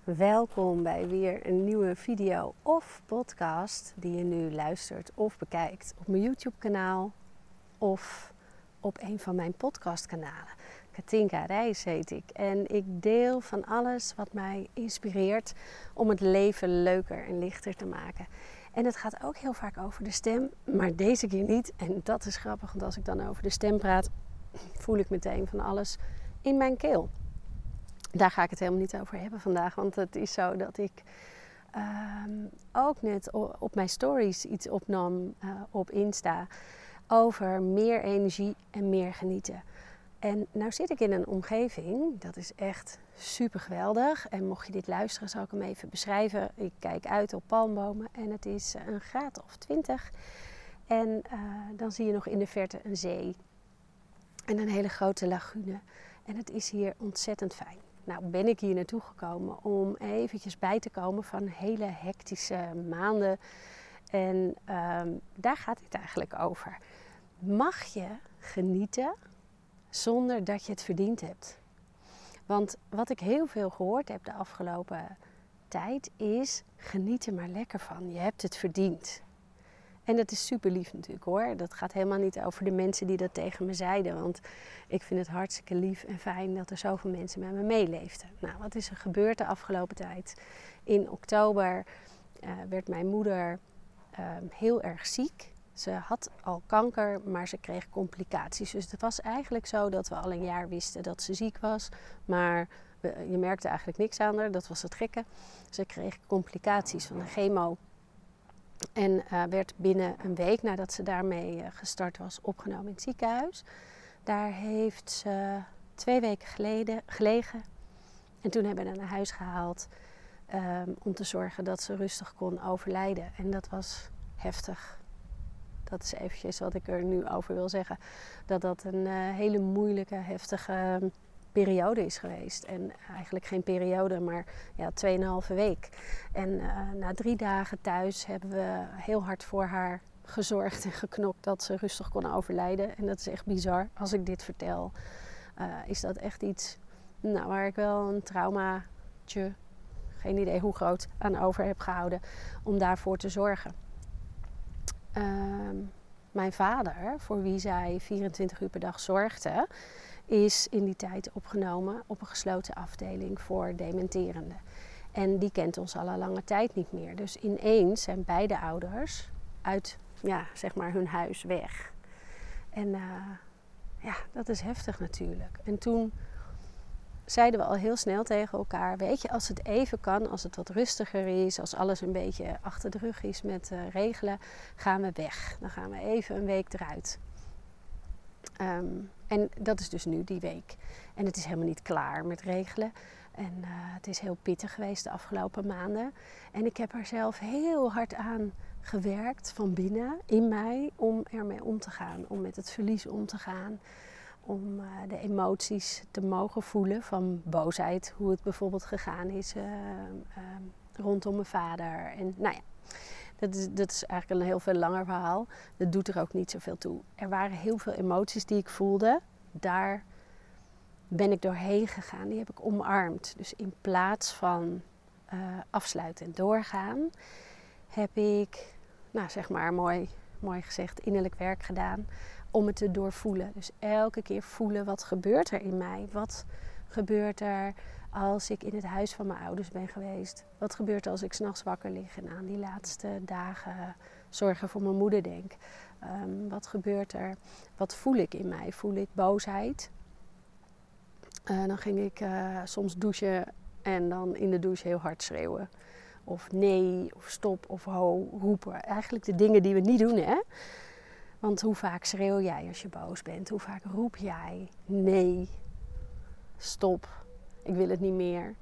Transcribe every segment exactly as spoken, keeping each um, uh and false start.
Welkom bij weer een nieuwe video of podcast die je nu luistert of bekijkt op mijn YouTube kanaal of op een van mijn podcastkanalen. Katinka Reis heet ik en ik deel van alles wat mij inspireert om het leven leuker en lichter te maken. En het gaat ook heel vaak over de stem, maar deze keer niet. En dat is grappig, want als ik dan over de stem praat, voel ik meteen van alles in mijn keel. Daar ga ik het helemaal niet over hebben vandaag, want het is zo dat ik um, ook net op mijn stories iets opnam uh, op Insta over meer energie en meer genieten. En nou zit ik in een omgeving, dat is echt super geweldig. En mocht je dit luisteren, zal ik hem even beschrijven. Ik kijk uit op palmbomen en het is een graad of twintig. En uh, dan zie je nog in de verte een zee en een hele grote lagune. En het is hier ontzettend fijn. Nou ben ik hier naartoe gekomen om eventjes bij te komen van hele hectische maanden. En um, daar gaat het eigenlijk over. Mag je genieten zonder dat je het verdiend hebt? Want wat ik heel veel gehoord heb de afgelopen tijd is: geniet er maar lekker van. Je hebt het verdiend. En dat is super lief natuurlijk hoor. Dat gaat helemaal niet over de mensen die dat tegen me zeiden. Want ik vind het hartstikke lief en fijn dat er zoveel mensen met me meeleefden. Nou, wat is er gebeurd de afgelopen tijd? In oktober uh, werd mijn moeder uh, heel erg ziek. Ze had al kanker, maar ze kreeg complicaties. Dus het was eigenlijk zo dat we al een jaar wisten dat ze ziek was. Maar we, je merkte eigenlijk niks aan haar. Dat was het gekke. Ze kreeg complicaties van de chemo. En uh, werd binnen een week nadat ze daarmee uh, gestart was opgenomen in het ziekenhuis. Daar heeft ze twee weken geleden gelegen. En toen hebben we haar naar huis gehaald um, om te zorgen dat ze rustig kon overlijden. En dat was heftig. Dat is eventjes wat ik er nu over wil zeggen. Dat dat een uh, hele moeilijke, heftige uh, periode is geweest. En eigenlijk geen periode, maar ja, tweeënhalve week. En uh, na drie dagen thuis hebben we heel hard voor haar gezorgd en geknokt dat ze rustig kon overlijden. En dat is echt bizar. Als ik dit vertel, uh, is dat echt iets nou, waar ik wel een traumaatje, geen idee hoe groot, aan over heb gehouden om daarvoor te zorgen. Uh, mijn vader, voor wie zij vierentwintig uur per dag zorgde, is in die tijd opgenomen op een gesloten afdeling voor dementerenden. En die kent ons al een lange tijd niet meer. Dus ineens zijn beide ouders uit ja, zeg maar hun huis weg. En uh, ja, dat is heftig natuurlijk. En toen zeiden we al heel snel tegen elkaar: weet je, als het even kan, als het wat rustiger is, als alles een beetje achter de rug is met uh, regelen, gaan we weg. Dan gaan we even een week eruit. Um, en dat is dus nu die week. En het is helemaal niet klaar met regelen. En uh, het is heel pittig geweest de afgelopen maanden. En ik heb er zelf heel hard aan gewerkt van binnen in mij om ermee om te gaan. Om met het verlies om te gaan. Om uh, de emoties te mogen voelen van boosheid. Hoe het bijvoorbeeld gegaan is uh, uh, rondom mijn vader. En nou ja. Dat is, dat is eigenlijk een heel veel langer verhaal. Dat doet er ook niet zoveel toe. Er waren heel veel emoties die ik voelde. Daar ben ik doorheen gegaan. Die heb ik omarmd. Dus in plaats van uh, afsluiten en doorgaan, heb ik, nou zeg maar mooi, mooi gezegd, innerlijk werk gedaan om het te doorvoelen. Dus elke keer voelen, wat gebeurt er in mij? Wat gebeurt er als ik in het huis van mijn ouders ben geweest? Wat gebeurt er als ik 's nachts wakker lig en aan die laatste dagen zorgen voor mijn moeder denk? Um, wat gebeurt er? Wat voel ik in mij? Voel ik boosheid? Uh, dan ging ik uh, soms douchen en dan in de douche heel hard schreeuwen. Of nee, of stop, of ho, roepen. Eigenlijk de dingen die we niet doen, hè? Want hoe vaak schreeuw jij als je boos bent? Hoe vaak roep jij nee, stop, ik wil het niet meer.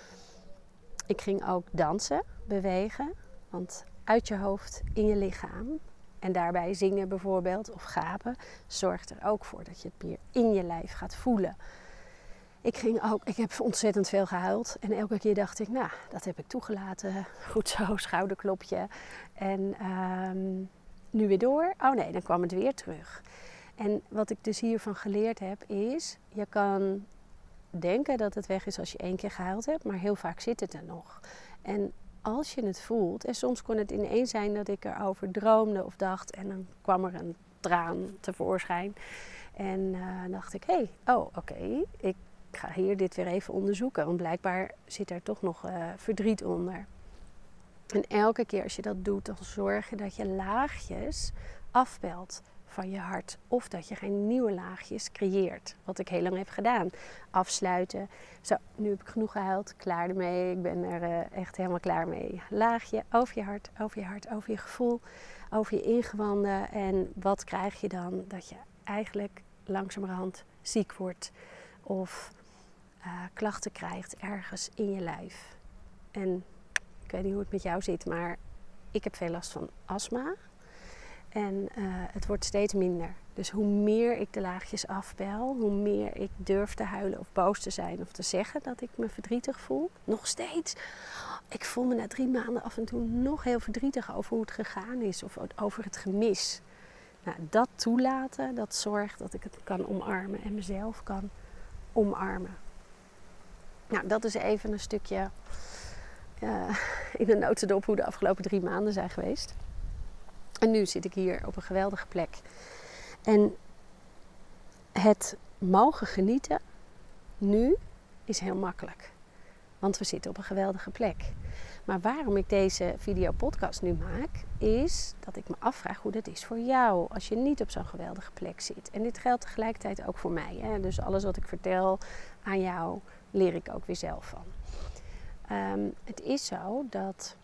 Ik ging ook dansen, bewegen. Want uit je hoofd in je lichaam. En daarbij zingen bijvoorbeeld of gapen zorgt er ook voor dat je het meer in je lijf gaat voelen. Ik ging ook, ik heb ontzettend veel gehuild. En elke keer dacht ik, nou, dat heb ik toegelaten. Goed zo, schouderklopje. En um, nu weer door. Oh nee, dan kwam het weer terug. En wat ik dus hiervan geleerd heb is, je kan denken dat het weg is als je één keer gehuild hebt, maar heel vaak zit het er nog. En als je het voelt, en soms kon het ineens zijn dat ik erover droomde of dacht en dan kwam er een traan tevoorschijn. En uh, dacht ik, hé, hey, oh oké, okay, ik ga hier dit weer even onderzoeken. Want blijkbaar zit er toch nog uh, verdriet onder. En elke keer als je dat doet, dan zorg je dat je laagjes afpelt van je hart. Of dat je geen nieuwe laagjes creëert. Wat ik heel lang heb gedaan. Afsluiten. Zo, nu heb ik genoeg gehuild. Klaar ermee. Ik ben er uh, echt helemaal klaar mee. Laagje over je hart, over je hart, over je gevoel. Over je ingewanden. En wat krijg je dan? Dat je eigenlijk langzamerhand ziek wordt. Of uh, klachten krijgt ergens in je lijf. En ik weet niet hoe het met jou zit, maar ik heb veel last van astma. En uh, het wordt steeds minder. Dus hoe meer ik de laagjes afbel, hoe meer ik durf te huilen of boos te zijn of te zeggen dat ik me verdrietig voel. Nog steeds. Ik voel me na drie maanden af en toe nog heel verdrietig over hoe het gegaan is of over het gemis. Nou, dat toelaten, dat zorgt dat ik het kan omarmen en mezelf kan omarmen. Nou, dat is even een stukje uh, in de notendop hoe de afgelopen drie maanden zijn geweest. En nu zit ik hier op een geweldige plek. En het mogen genieten nu is heel makkelijk. Want we zitten op een geweldige plek. Maar waarom ik deze videopodcast nu maak, is dat ik me afvraag hoe dat is voor jou als je niet op zo'n geweldige plek zit. En dit geldt tegelijkertijd ook voor mij. Hè? Dus alles wat ik vertel aan jou, leer ik ook weer zelf van. Um, het is zo dat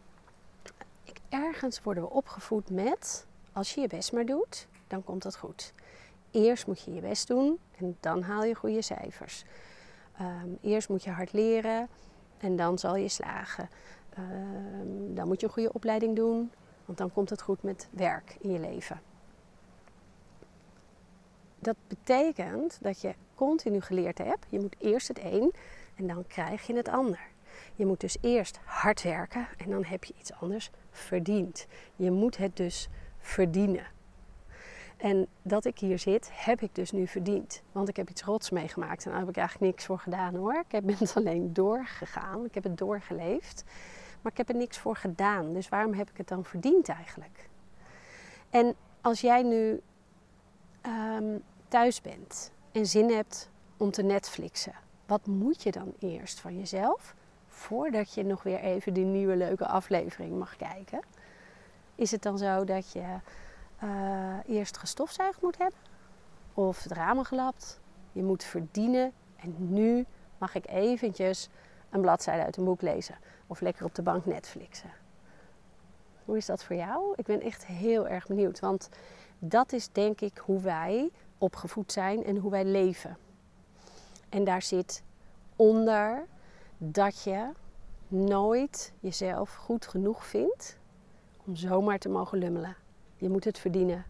ik, ergens worden we opgevoed met, als je je best maar doet, dan komt dat goed. Eerst moet je je best doen en dan haal je goede cijfers. Um, eerst moet je hard leren en dan zal je slagen. Um, dan moet je een goede opleiding doen, want dan komt het goed met werk in je leven. Dat betekent dat je continu geleerd hebt, je moet eerst het een en dan krijg je het ander. Je moet dus eerst hard werken en dan heb je iets anders verdiend. Je moet het dus verdienen. En dat ik hier zit, heb ik dus nu verdiend. Want ik heb iets rots meegemaakt en daar heb ik eigenlijk niks voor gedaan hoor. Ik ben het alleen doorgegaan, ik heb het doorgeleefd. Maar ik heb er niks voor gedaan, dus waarom heb ik het dan verdiend eigenlijk? En als jij nu um, thuis bent en zin hebt om te Netflixen, wat moet je dan eerst van jezelf? Voordat je nog weer even die nieuwe leuke aflevering mag kijken. Is het dan zo dat je uh, eerst gestofzuigd moet hebben? Of het ramen gelapt? Je moet verdienen en nu mag ik eventjes een bladzijde uit een boek lezen. Of lekker op de bank Netflixen. Hoe is dat voor jou? Ik ben echt heel erg benieuwd. Want dat is denk ik hoe wij opgevoed zijn en hoe wij leven. En daar zit onder dat je nooit jezelf goed genoeg vindt om zomaar te mogen lummelen. Je moet het verdienen.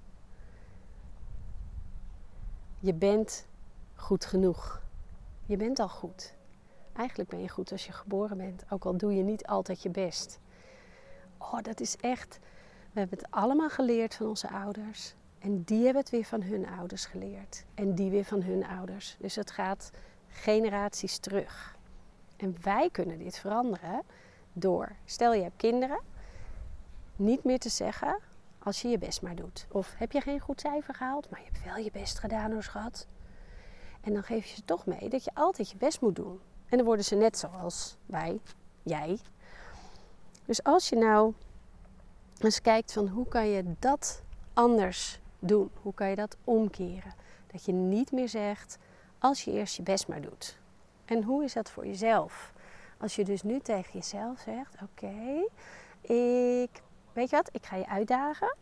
Je bent goed genoeg. Je bent al goed. Eigenlijk ben je goed als je geboren bent, ook al doe je niet altijd je best. Oh, dat is echt... We hebben het allemaal geleerd van onze ouders. En die hebben het weer van hun ouders geleerd. En die weer van hun ouders. Dus het gaat generaties terug. En wij kunnen dit veranderen door, stel je hebt kinderen, niet meer te zeggen als je je best maar doet. Of heb je geen goed cijfer gehaald, maar je hebt wel je best gedaan hoor schat. En dan geef je ze toch mee dat je altijd je best moet doen. En dan worden ze net zoals wij, jij. Dus als je nou eens kijkt van hoe kan je dat anders doen? Hoe kan je dat omkeren? Dat je niet meer zegt als je eerst je best maar doet. En hoe is dat voor jezelf? Als je dus nu tegen jezelf zegt, oké, okay, ik, weet je wat, ik ga je uitdagen.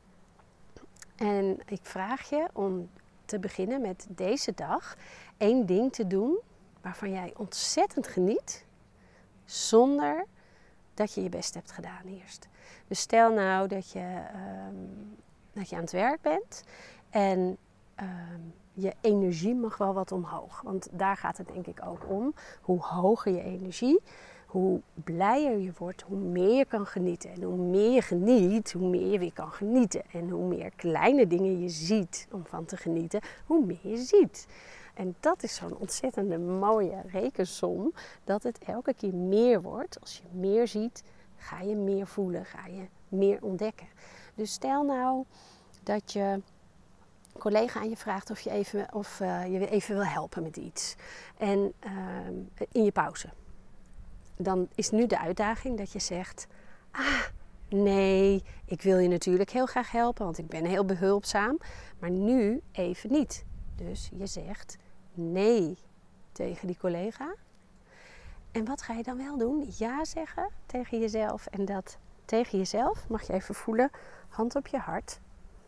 En ik vraag je om te beginnen met deze dag één ding te doen waarvan jij ontzettend geniet, zonder dat je je best hebt gedaan eerst. Dus stel nou dat je, um, dat je aan het werk bent en um, je energie mag wel wat omhoog. Want daar gaat het denk ik ook om. Hoe hoger je energie, hoe blijer je wordt, hoe meer je kan genieten. En hoe meer je geniet, hoe meer je weer kan genieten. En hoe meer kleine dingen je ziet om van te genieten, hoe meer je ziet. En dat is zo'n ontzettende mooie rekensom, dat het elke keer meer wordt. Als je meer ziet, ga je meer voelen, ga je meer ontdekken. Dus stel nou dat je een collega aan je vraagt of je even, of, uh, je even wil helpen met iets. En uh, in je pauze. Dan is nu de uitdaging dat je zegt, ah, nee, ik wil je natuurlijk heel graag helpen, want ik ben heel behulpzaam. Maar nu even niet. Dus je zegt nee tegen die collega. En wat ga je dan wel doen? Ja zeggen tegen jezelf. En dat tegen jezelf mag je even voelen, hand op je hart.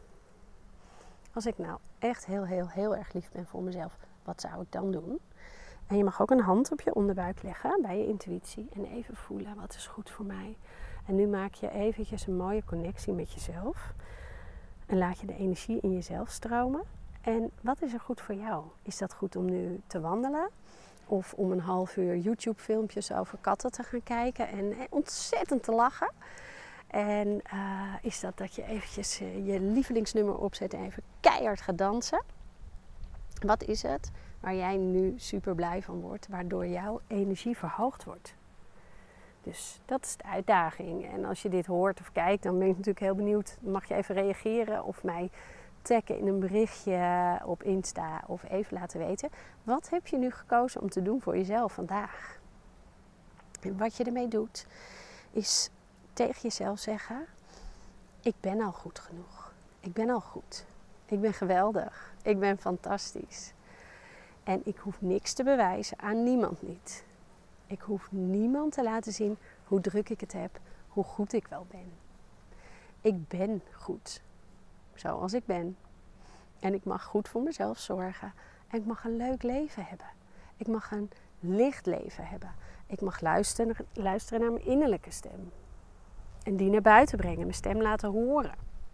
Als ik nou echt heel, heel, heel erg lief ben voor mezelf, wat zou ik dan doen? En je mag ook een hand op je onderbuik leggen bij je intuïtie. En even voelen, wat is goed voor mij? En nu maak je eventjes een mooie connectie met jezelf. En laat je de energie in jezelf stromen. En wat is er goed voor jou? Is dat goed om nu te wandelen? Of om een half uur YouTube filmpjes over katten te gaan kijken en ontzettend te lachen? En uh, is dat dat je eventjes uh, je lievelingsnummer opzet en even keihard gaat dansen? Wat is het waar jij nu super blij van wordt, waardoor jouw energie verhoogd wordt? Dus dat is de uitdaging. En als je dit hoort of kijkt, dan ben ik natuurlijk heel benieuwd. Dan mag je even reageren of mij taggen in een berichtje op Insta of even laten weten. Wat heb je nu gekozen om te doen voor jezelf vandaag? En wat je ermee doet, is tegen jezelf zeggen, ik ben al goed genoeg. Ik ben al goed. Ik ben geweldig. Ik ben fantastisch. En ik hoef niks te bewijzen aan niemand niet. Ik hoef niemand te laten zien hoe druk ik het heb, hoe goed ik wel ben. Ik ben goed, zoals ik ben. En ik mag goed voor mezelf zorgen. En ik mag een leuk leven hebben. Ik mag een licht leven hebben. Ik mag luisteren, luisteren naar mijn innerlijke stem. En die naar buiten brengen, mijn stem laten horen.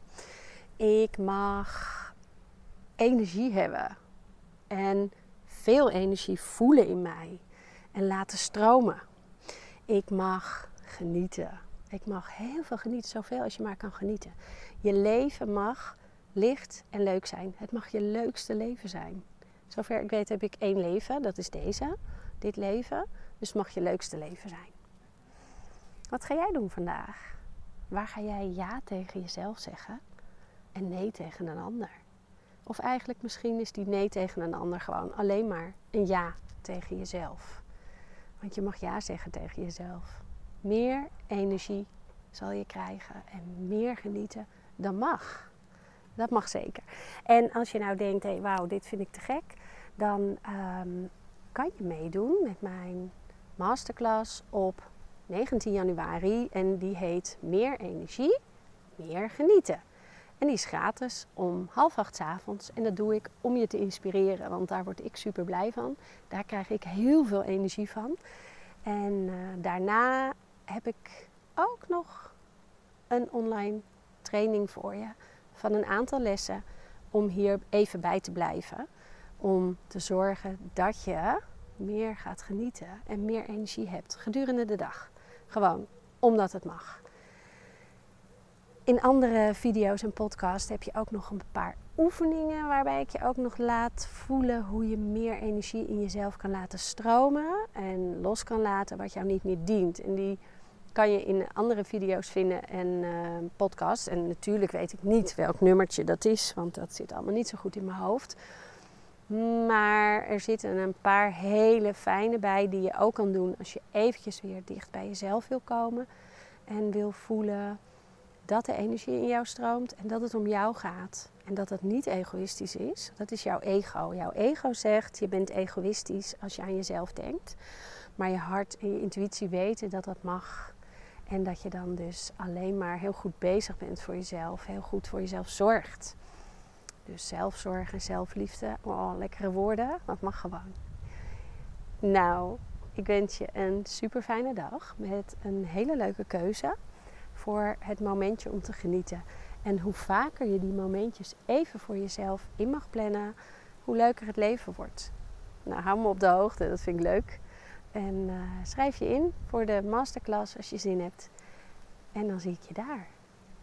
Ik mag energie hebben. En veel energie voelen in mij. En laten stromen. Ik mag genieten. Ik mag heel veel genieten, zoveel als je maar kan genieten. Je leven mag licht en leuk zijn. Het mag je leukste leven zijn. Zover ik weet heb ik één leven, dat is deze, dit leven. Dus het mag je leukste leven zijn. Wat ga jij doen vandaag? Waar ga jij ja tegen jezelf zeggen en nee tegen een ander? Of eigenlijk misschien is die nee tegen een ander gewoon alleen maar een ja tegen jezelf. Want je mag ja zeggen tegen jezelf. Meer energie zal je krijgen en meer genieten, dan mag. Dat mag zeker. En als je nou denkt, hey, wauw, dit vind ik te gek, dan um, kan je meedoen met mijn masterclass op negentien januari. En die heet Meer energie, meer genieten. En die is gratis om half acht 's avonds. En dat doe ik om je te inspireren, want daar word ik super blij van. Daar krijg ik heel veel energie van. En uh, daarna heb ik ook nog een online training voor je van een aantal lessen om hier even bij te blijven. Om te zorgen dat je meer gaat genieten en meer energie hebt gedurende de dag. Gewoon omdat het mag. In andere video's en podcasts heb je ook nog een paar oefeningen waarbij ik je ook nog laat voelen hoe je meer energie in jezelf kan laten stromen en los kan laten wat jou niet meer dient. En die kan je in andere video's vinden en uh, podcasts. En natuurlijk weet ik niet welk nummertje dat is, want dat zit allemaal niet zo goed in mijn hoofd. Maar er zitten een paar hele fijne bij die je ook kan doen als je eventjes weer dicht bij jezelf wil komen en wil voelen dat de energie in jou stroomt en dat het om jou gaat. En dat het niet egoïstisch is. Dat is jouw ego. Jouw ego zegt, je bent egoïstisch als je aan jezelf denkt. Maar je hart en je intuïtie weten dat dat mag. En dat je dan dus alleen maar heel goed bezig bent voor jezelf. Heel goed voor jezelf zorgt. Dus zelfzorg en zelfliefde. Oh, lekkere woorden. Dat mag gewoon. Nou, ik wens je een super fijne dag. Met een hele leuke keuze. Voor het momentje om te genieten. En hoe vaker je die momentjes even voor jezelf in mag plannen, hoe leuker het leven wordt. Nou, hou me op de hoogte, dat vind ik leuk. En uh, schrijf je in voor de masterclass als je zin hebt. En dan zie ik je daar.